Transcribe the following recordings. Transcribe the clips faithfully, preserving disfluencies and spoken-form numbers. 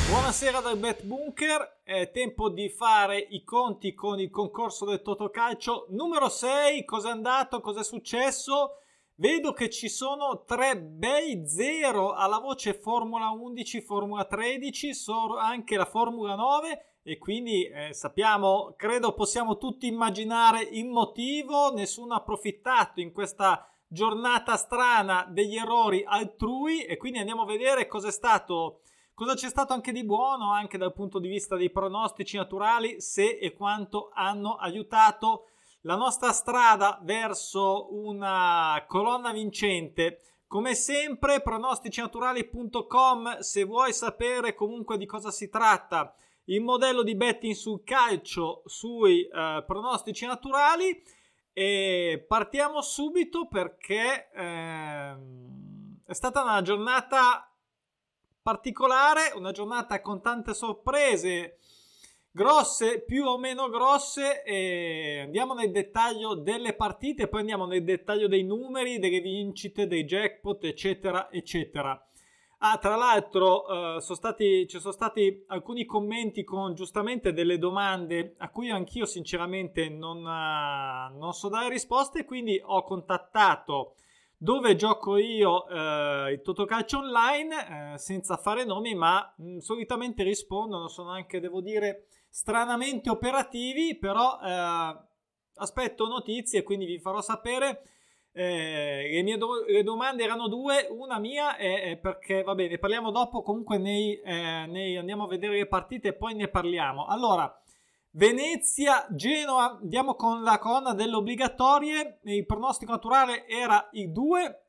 Buonasera dal Bet Bunker, è tempo di fare i conti con il concorso del Totocalcio numero sei. Cos'è andato? Cos'è successo? Vedo che ci sono tre bei zero alla voce Formula undici, Formula tredici, so anche la Formula nove e quindi eh, sappiamo, credo possiamo tutti immaginare il motivo. Nessuno ha approfittato in questa giornata strana degli errori altrui e quindi andiamo a vedere cosa è stato. Cosa c'è stato anche di buono, anche dal punto di vista dei pronostici naturali, se e quanto hanno aiutato la nostra strada verso una colonna vincente. Come sempre, pronosticinaturali punto com, se vuoi sapere comunque di cosa si tratta, il modello di betting sul calcio, sui eh, pronostici naturali. E partiamo subito perché eh, è stata una giornata particolare, una giornata con tante sorprese, grosse, più o meno grosse, e andiamo nel dettaglio delle partite, poi andiamo nel dettaglio dei numeri, delle vincite, dei jackpot, eccetera, eccetera. Ah, tra l'altro uh, sono stati, ci sono stati alcuni commenti con giustamente delle domande a cui anch'io sinceramente non, uh, non so dare risposte, quindi ho contattato dove gioco io eh, il Totocalcio online, eh, senza fare nomi, ma mh, solitamente rispondono, sono anche, devo dire, stranamente operativi, però eh, aspetto notizie, quindi vi farò sapere. Eh, le mie do- le domande erano due, una mia è, è perché, va bene, parliamo dopo, comunque nei, eh, nei, andiamo a vedere le partite e poi ne parliamo. Allora, Venezia, Genoa, andiamo con la colonna delle obbligatorie. Il pronostico naturale era il due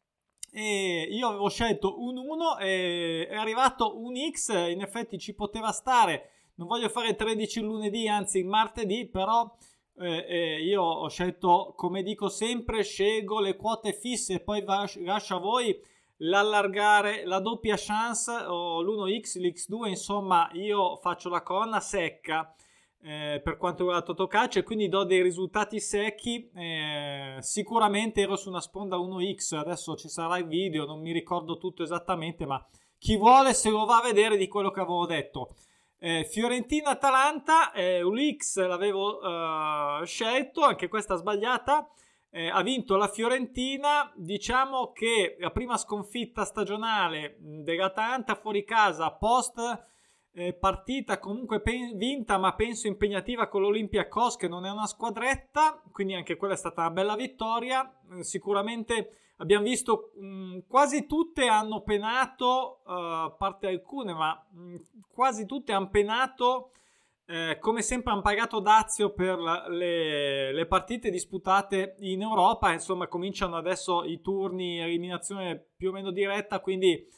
e io avevo scelto un uno e è arrivato un X, in effetti ci poteva stare. Non voglio fare tredici il lunedì, anzi il martedì, però eh, eh, io ho scelto, come dico sempre, scelgo le quote fisse e poi lascio a voi l'allargare, la doppia chance o l'uno X, l'X due, insomma io faccio la colonna secca. Eh, per quanto riguarda Totocalcio e quindi do dei risultati secchi. Eh, sicuramente ero su una sponda uno X, adesso ci sarà il video, non mi ricordo tutto esattamente, ma chi vuole se lo va a vedere di quello che avevo detto. eh, Fiorentina-Atalanta, eh, l'U X l'avevo eh, scelto, anche questa sbagliata. Eh, ha vinto la Fiorentina. Diciamo che la prima sconfitta stagionale dell'Atalanta fuori casa post Eh, partita comunque pe- vinta, ma penso impegnativa con l'Olympiacos, che non è una squadretta, quindi anche quella è stata una bella vittoria. Eh, sicuramente abbiamo visto mh, quasi tutte hanno penato, uh, a parte alcune, ma mh, quasi tutte hanno penato. Eh, come sempre hanno pagato dazio per la, le, le partite disputate in Europa. Insomma, cominciano adesso i turni eliminazione più o meno diretta, quindi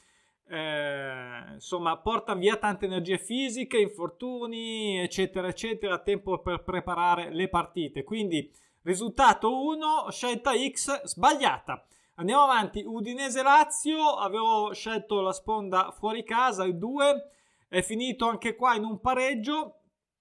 Eh, insomma porta via tante energie fisiche, infortuni eccetera eccetera, tempo per preparare le partite, quindi risultato uno, scelta X sbagliata. Andiamo avanti. Udinese Lazio, avevo scelto la sponda fuori casa, il due, è finito anche qua in un pareggio.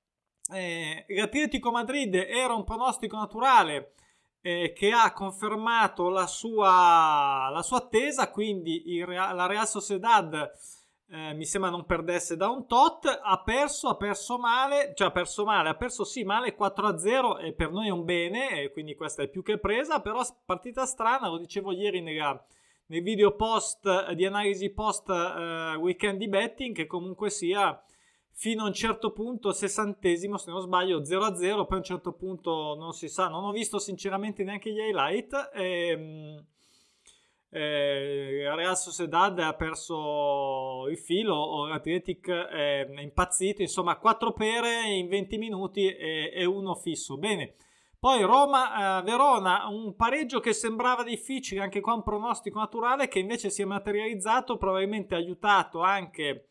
eh, l'Atletico Madrid era un pronostico naturale Eh, che ha confermato la sua, la sua attesa, quindi il Real, la Real Sociedad eh, mi sembra non perdesse da un tot. Ha perso, ha perso male, cioè ha perso male, ha perso sì male quattro a zero e per noi è un bene, e quindi questa è più che presa, però partita strana, lo dicevo ieri nella, nei video post di analisi post eh, weekend di betting, che comunque sia fino a un certo punto, sessantesimo se non sbaglio, zero a zero, poi a un certo punto non si sa, non ho visto sinceramente neanche gli highlight. E, eh, Real Sociedad ha perso il filo, l'Atletic è impazzito, insomma quattro pere in venti minuti e, e uno fisso. Bene, poi Roma-Verona, eh, un pareggio che sembrava difficile, anche qua un pronostico naturale che invece si è materializzato, probabilmente aiutato anche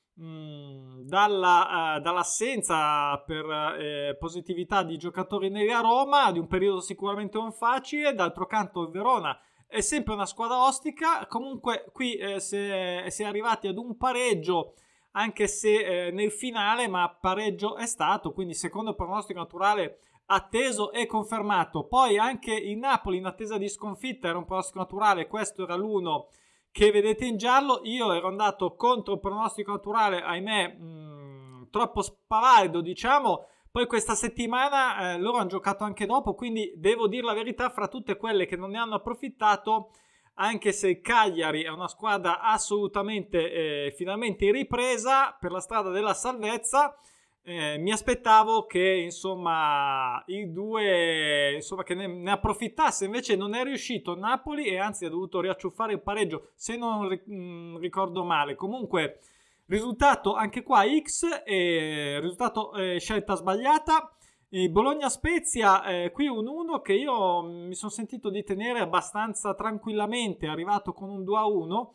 Dalla, uh, dall'assenza per uh, positività di giocatori nella Roma, di un periodo sicuramente non facile. D'altro canto il Verona è sempre una squadra ostica, comunque qui eh, si, è, si è arrivati ad un pareggio, anche se eh, nel finale, ma pareggio è stato, quindi secondo il pronostico naturale atteso e confermato. Poi anche il Napoli in attesa di sconfitta era un pronostico naturale, questo era l'uno che vedete in giallo. Io ero andato contro il pronostico naturale, ahimè, mh, troppo spavaldo, diciamo. Poi questa settimana eh, loro hanno giocato anche dopo, quindi devo dire la verità, fra tutte quelle che non ne hanno approfittato, anche se il Cagliari è una squadra assolutamente eh, finalmente in ripresa per la strada della salvezza, eh, mi aspettavo che insomma i due insomma che ne, ne approfittasse, invece non è riuscito Napoli e anzi ha dovuto riacciuffare il pareggio, se non mh, ricordo male. Comunque risultato anche qua X, eh, risultato eh, scelta sbagliata. E Bologna-Spezia, eh, qui un uno che io mi sono sentito di tenere abbastanza tranquillamente, è arrivato con un due a uno.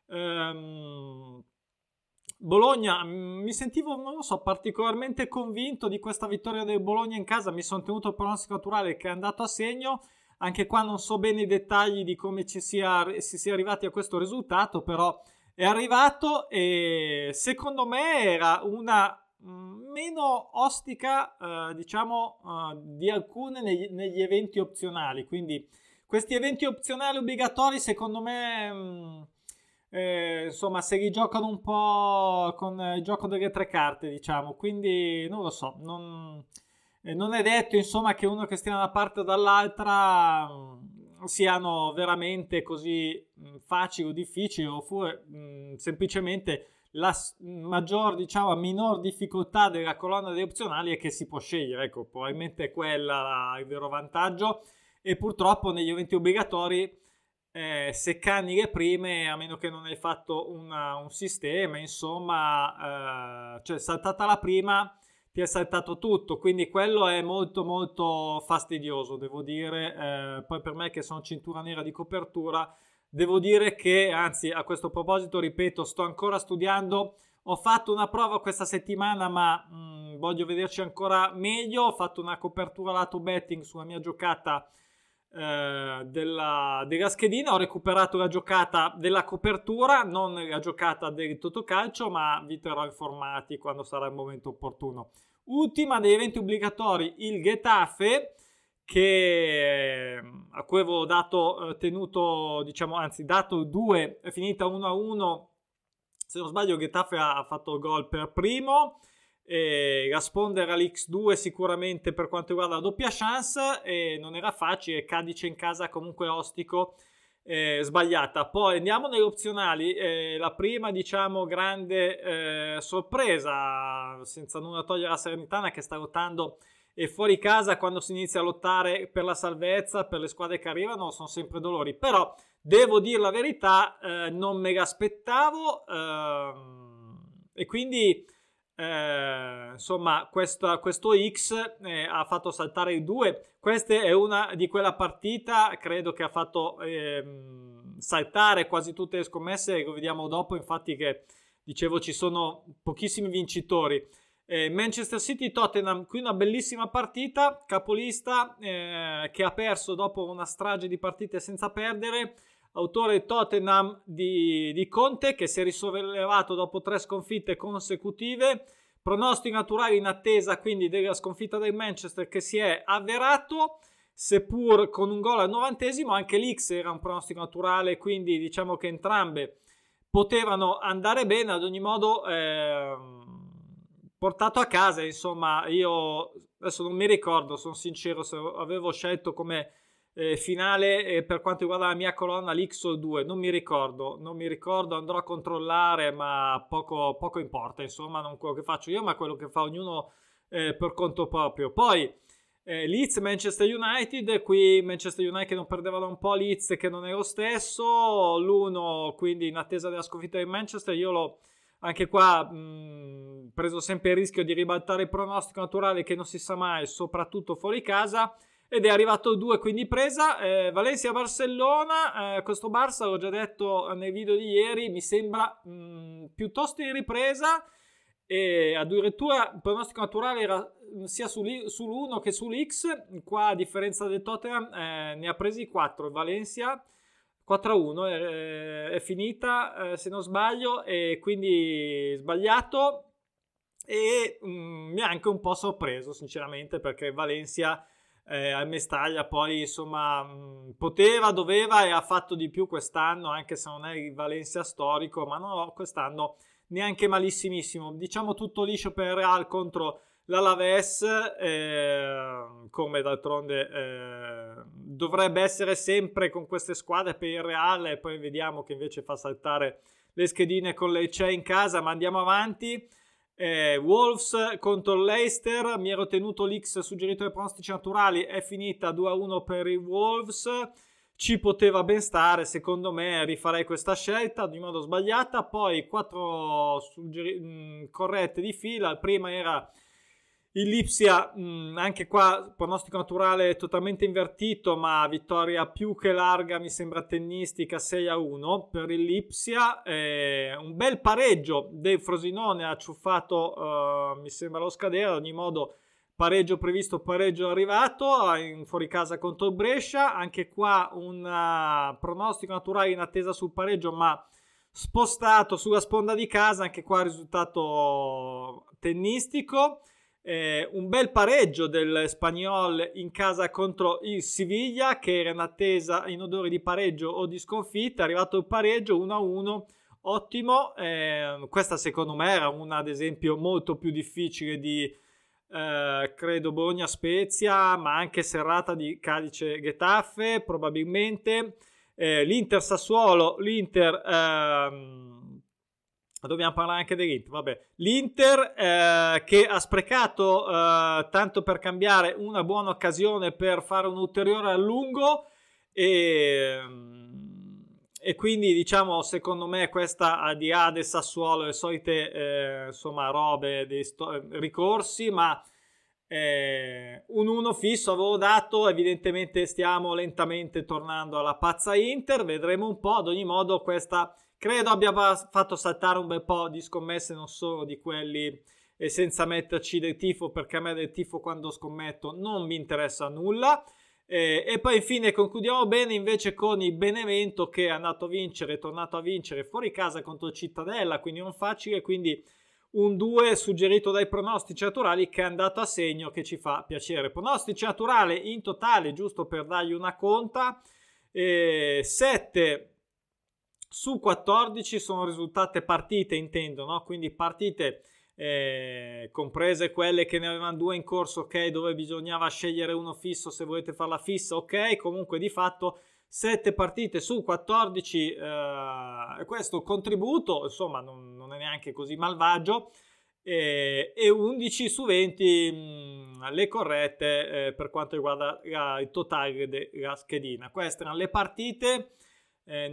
Ehm, Bologna, mi sentivo, non lo so, particolarmente convinto di questa vittoria del Bologna in casa, mi sono tenuto il pronostico naturale che è andato a segno. Anche qua non so bene i dettagli di come ci sia, si sia arrivati a questo risultato, però è arrivato e secondo me era una meno ostica eh, diciamo eh, di alcune negli, negli eventi opzionali, quindi questi eventi opzionali obbligatori secondo me mh, eh, insomma se li giocano un po' con il gioco delle tre carte, diciamo, quindi non lo so, non, eh, non è detto insomma che uno che stia da una parte o dall'altra mh, siano veramente così mh, facili o difficili, oppure mh, semplicemente la maggior, diciamo, minor difficoltà della colonna degli opzionali è che si può scegliere, ecco, probabilmente è quella il vero vantaggio. E purtroppo negli eventi obbligatori eh, se canni le prime, a meno che non hai fatto una, un sistema, insomma, eh, cioè saltata la prima ti è saltato tutto, quindi quello è molto molto fastidioso, devo dire. Eh, poi per me che sono cintura nera di copertura, devo dire che, anzi, a questo proposito, ripeto, sto ancora studiando. Ho fatto una prova questa settimana, ma mh, voglio vederci ancora meglio. Ho fatto una copertura lato betting sulla mia giocata eh, della, della schedina. Ho recuperato la giocata della copertura, non la giocata del Totocalcio, ma vi terrò informati quando sarà il momento opportuno. Ultima degli eventi obbligatori, il Getafe, che a cui avevo dato eh, tenuto, diciamo, anzi dato due, è finita uno a uno. Se non sbaglio Getafe ha, ha fatto il gol per primo, e Gasponder all'X due sicuramente per quanto riguarda la doppia chance, e non era facile. Cadice in casa comunque ostico, eh, sbagliata. Poi andiamo nelle opzionali, eh, la prima, diciamo, grande eh, sorpresa, senza nulla togliere la Salernitana che sta lottando, e fuori casa quando si inizia a lottare per la salvezza, per le squadre che arrivano, sono sempre dolori. Però devo dire la verità, eh, non me l'aspettavo, eh, e quindi eh, insomma questa, questo X eh, ha fatto saltare i due. Questa è una di quella partita, credo, che ha fatto eh, saltare quasi tutte le scommesse, lo vediamo dopo, infatti, che dicevo ci sono pochissimi vincitori. Eh, Manchester City Tottenham, qui una bellissima partita, capolista eh, che ha perso dopo una strage di partite senza perdere, autore Tottenham di, di Conte, che si è risollevato dopo tre sconfitte consecutive, pronostico naturale in attesa quindi della sconfitta del Manchester, che si è avverato seppur con un gol al novantesimo. Anche l'X era un pronostico naturale, quindi diciamo che entrambe potevano andare bene. Ad ogni modo eh, portato a casa, insomma, io adesso non mi ricordo, sono sincero, se avevo scelto come eh, finale eh, per quanto riguarda la mia colonna l'X o il due, non mi ricordo, non mi ricordo, andrò a controllare, ma poco, poco importa, insomma, non quello che faccio io, ma quello che fa ognuno eh, per conto proprio. Poi eh, Leeds Manchester United, qui Manchester United che non perdeva da un po', Leeds che non è lo stesso, l'uno quindi in attesa della sconfitta di Manchester. Io l'ho anche qua mh, preso sempre il rischio di ribaltare il pronostico naturale, che non si sa mai, soprattutto fuori casa, ed è arrivato il due, quindi presa. eh, Valencia-Barcellona, eh, questo Barça, l'ho già detto nei video di ieri, mi sembra mh, piuttosto in ripresa, e addirittura il pronostico naturale era sia sull'uno che sull'X. Qua, a differenza del Tottenham, eh, ne ha presi quattro. Valencia quattro a uno è, è finita, eh, se non sbaglio, e quindi sbagliato, e mh, mi ha anche un po' sorpreso sinceramente, perché Valencia eh, a Mestaglia poi insomma mh, poteva, doveva e ha fatto di più quest'anno, anche se non è il Valencia storico, ma no, quest'anno neanche malissimissimo, diciamo tutto liscio per il Real contro l'Alaves, eh, come d'altronde eh, dovrebbe essere sempre con queste squadre per il Real, e poi vediamo che invece fa saltare le schedine con Lecce in casa. Ma andiamo avanti. eh, Wolves contro Leicester, mi ero tenuto l'X suggerito dai pronostici naturali, è finita due a uno per i Wolves, ci poteva ben stare, secondo me rifarei questa scelta di modo sbagliata. Poi quattro suggeri- mh, corrette di fila, la prima era il Lipsia, mh, anche qua pronostico naturale totalmente invertito, ma vittoria più che larga, mi sembra tennistica, sei a uno per il Lipsia. Eh, un bel pareggio del Frosinone ha ciuffato, uh, mi sembra lo scadere, ad ogni modo pareggio previsto, pareggio arrivato in fuori casa contro il Brescia. Anche qua un uh, pronostico naturale in attesa sul pareggio, ma spostato sulla sponda di casa, anche qua risultato tennistico. Eh, un bel pareggio del Spagnol in casa contro il Siviglia, che era in attesa, in odore di pareggio o di sconfitta. È arrivato il pareggio uno a uno, ottimo. Eh, questa secondo me era una, ad esempio, molto più difficile di eh, credo Bologna Spezia, ma anche serrata di Cadice Getafe probabilmente. eh, l'Inter Sassuolo, l'Inter ehm, dobbiamo parlare anche dell'Inter, vabbè. L'Inter eh, che ha sprecato, eh, tanto per cambiare, una buona occasione per fare un ulteriore allungo, e, e quindi diciamo secondo me questa, al di là del Sassuolo, le solite eh, insomma robe, dei sto- ricorsi, ma eh, un uno fisso avevo dato. Evidentemente stiamo lentamente tornando alla pazza Inter, vedremo un po'. Ad ogni modo questa credo abbia fatto saltare un bel po' di scommesse, non solo di quelli e senza metterci del tifo, perché a me del tifo quando scommetto non mi interessa nulla. Eh, e poi infine concludiamo bene invece con il Benevento, che è andato a vincere, è tornato a vincere fuori casa contro il Cittadella, quindi non facile, quindi un due suggerito dai pronostici naturali, che è andato a segno, che ci fa piacere. Pronostici naturali in totale, giusto per dargli una conta, eh, sette su quattordici sono risultate partite, intendo, no? Quindi partite eh, comprese quelle che ne avevano due in corso, ok, dove bisognava scegliere uno fisso se volete farla fissa, ok. Comunque di fatto sette partite su quattordici, eh, questo contributo insomma non, non è neanche così malvagio, eh, e undici su venti mh, le corrette eh, per quanto riguarda la, il totale della schedina. Queste erano le partite. Eh,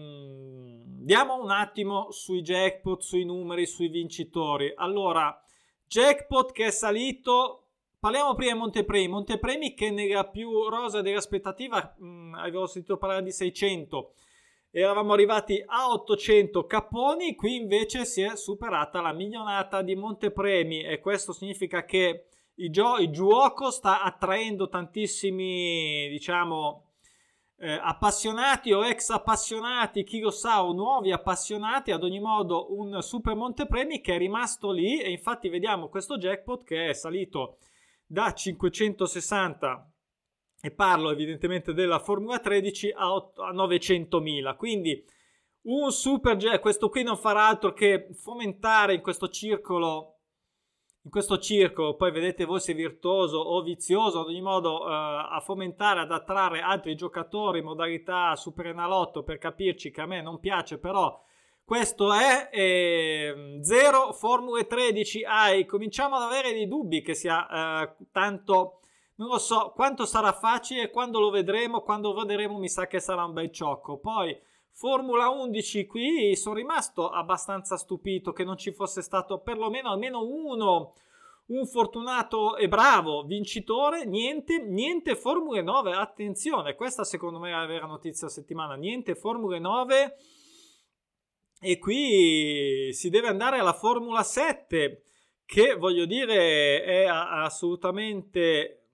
andiamo un attimo sui jackpot, sui numeri, sui vincitori. Allora, jackpot che è salito, parliamo prima di Montepremi. Montepremi che nella più rosa dell'aspettativa mh, avevo sentito parlare di seicento, eravamo arrivati a ottocento capponi. Qui invece si è superata la milionata di Montepremi, e questo significa che il, gio- il gioco sta attraendo tantissimi, diciamo, Eh, appassionati o ex appassionati, chi lo sa, o nuovi appassionati. Ad ogni modo un super montepremi che è rimasto lì, e infatti vediamo questo jackpot che è salito da cinquecentosessanta, e parlo evidentemente della Formula tredici, a, a novecentomila. Quindi un super jackpot. Questo qui non farà altro che fomentare in questo circolo in questo circolo, poi vedete voi se è virtuoso o vizioso, ad ogni modo eh, a fomentare, ad attrarre altri giocatori in modalità Super Enalotto, per capirci, che a me non piace, però questo è eh, zero Formule tredici hai. Cominciamo ad avere dei dubbi che sia eh, tanto, non lo so quanto sarà facile, quando lo vedremo, quando lo vedremo mi sa che sarà un bel ciocco. Poi Formula undici, qui sono rimasto abbastanza stupito che non ci fosse stato perlomeno almeno uno, un fortunato e bravo vincitore. Niente, niente Formule nove, attenzione, questa secondo me è la vera notizia della settimana, niente Formule nove, e qui si deve andare alla Formula sette, che voglio dire è assolutamente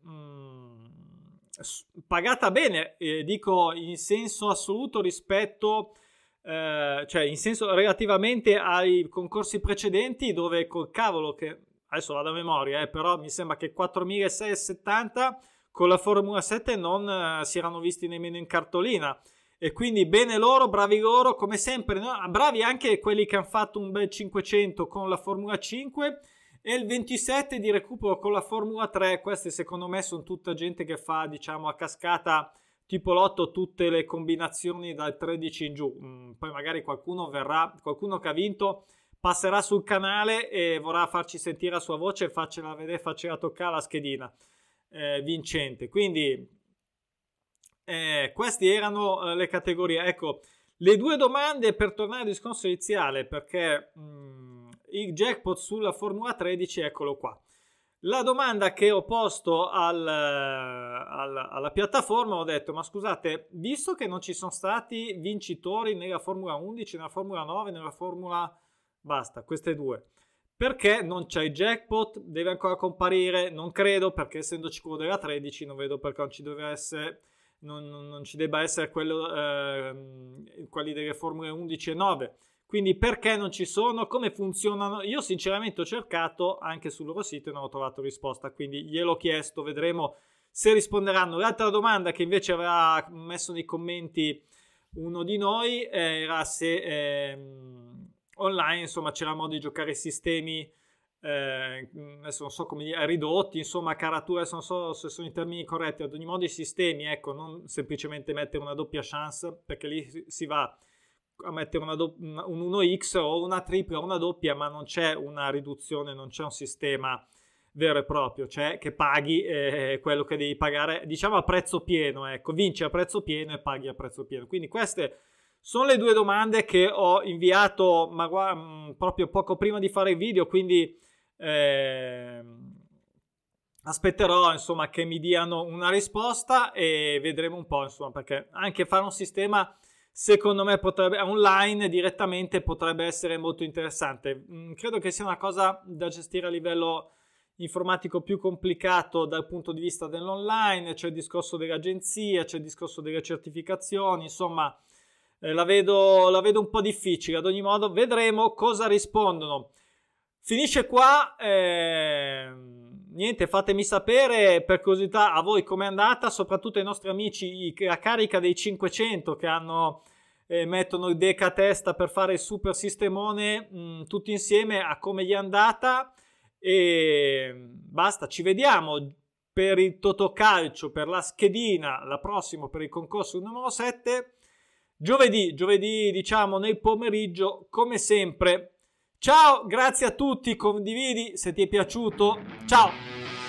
pagata bene, eh, dico in senso assoluto rispetto, eh, cioè in senso relativamente ai concorsi precedenti, dove col cavolo che adesso vado a memoria, eh, però mi sembra che quattromilaseicentosessanta con la Formula sette non eh, si erano visti nemmeno in cartolina. E quindi bene loro, bravi loro, come sempre, no? Bravi anche quelli che hanno fatto un bel cinquecento con la Formula cinque e il ventisette di recupero con la Formula tre. Queste secondo me sono tutta gente che fa, diciamo, a cascata tipo lotto tutte le combinazioni dal tredici in giù. Mm, poi magari qualcuno verrà, qualcuno che ha vinto passerà sul canale e vorrà farci sentire la sua voce e farcela vedere, farcela toccare la schedina eh, vincente. Quindi Eh, queste erano eh, le categorie. Ecco, le due domande per tornare al discorso iniziale, perché mh, il jackpot sulla Formula tredici, eccolo qua. La domanda che ho posto al, al, alla piattaforma, ho detto, ma scusate, visto che non ci sono stati vincitori nella Formula undici, nella Formula nove, nella Formula... basta, queste due. Perché non c'è il jackpot? Deve ancora comparire? Non credo, perché essendoci quello della tredici, non vedo perché non ci deve essere... Non, non, non ci debba essere quello, eh, quelli delle Formule undici e nove. Quindi perché non ci sono? Come funzionano? Io sinceramente ho cercato anche sul loro sito e non ho trovato risposta, quindi gliel'ho chiesto, vedremo se risponderanno. L'altra domanda che invece aveva messo nei commenti uno di noi era se eh, online, insomma, c'era modo di giocare i sistemi Eh, adesso non so come dire, ridotti, insomma, carature, non so se sono i termini corretti. Ad ogni modo i sistemi, ecco, non semplicemente mettere una doppia chance, perché lì si va a mettere una do- un uno x o una tripla o una doppia, ma non c'è una riduzione, non c'è un sistema vero e proprio, cioè che paghi eh, quello che devi pagare, diciamo a prezzo pieno, ecco, vinci a prezzo pieno e paghi a prezzo pieno. Quindi queste sono le due domande che ho inviato, ma guarda, proprio poco prima di fare il video, quindi Eh, aspetterò insomma che mi diano una risposta e vedremo un po', insomma, perché anche fare un sistema secondo me potrebbe online direttamente potrebbe essere molto interessante. Mm, credo che sia una cosa da gestire a livello informatico più complicato dal punto di vista dell'online. C'è il discorso dell'agenzia, c'è il discorso delle certificazioni, insomma eh, la vedo, la vedo un po' difficile. Ad ogni modo vedremo cosa rispondono. Finisce qua, eh, niente, fatemi sapere per curiosità a voi com'è andata, soprattutto ai nostri amici la carica dei cinquecento che hanno, eh, mettono il deca a testa per fare il super sistemone mh, tutti insieme, a come gli è andata. E basta, ci vediamo per il Totocalcio, per la schedina, la prossima per il concorso numero sette, giovedì, giovedì diciamo nel pomeriggio come sempre. Ciao, grazie a tutti, condividi se ti è piaciuto, ciao!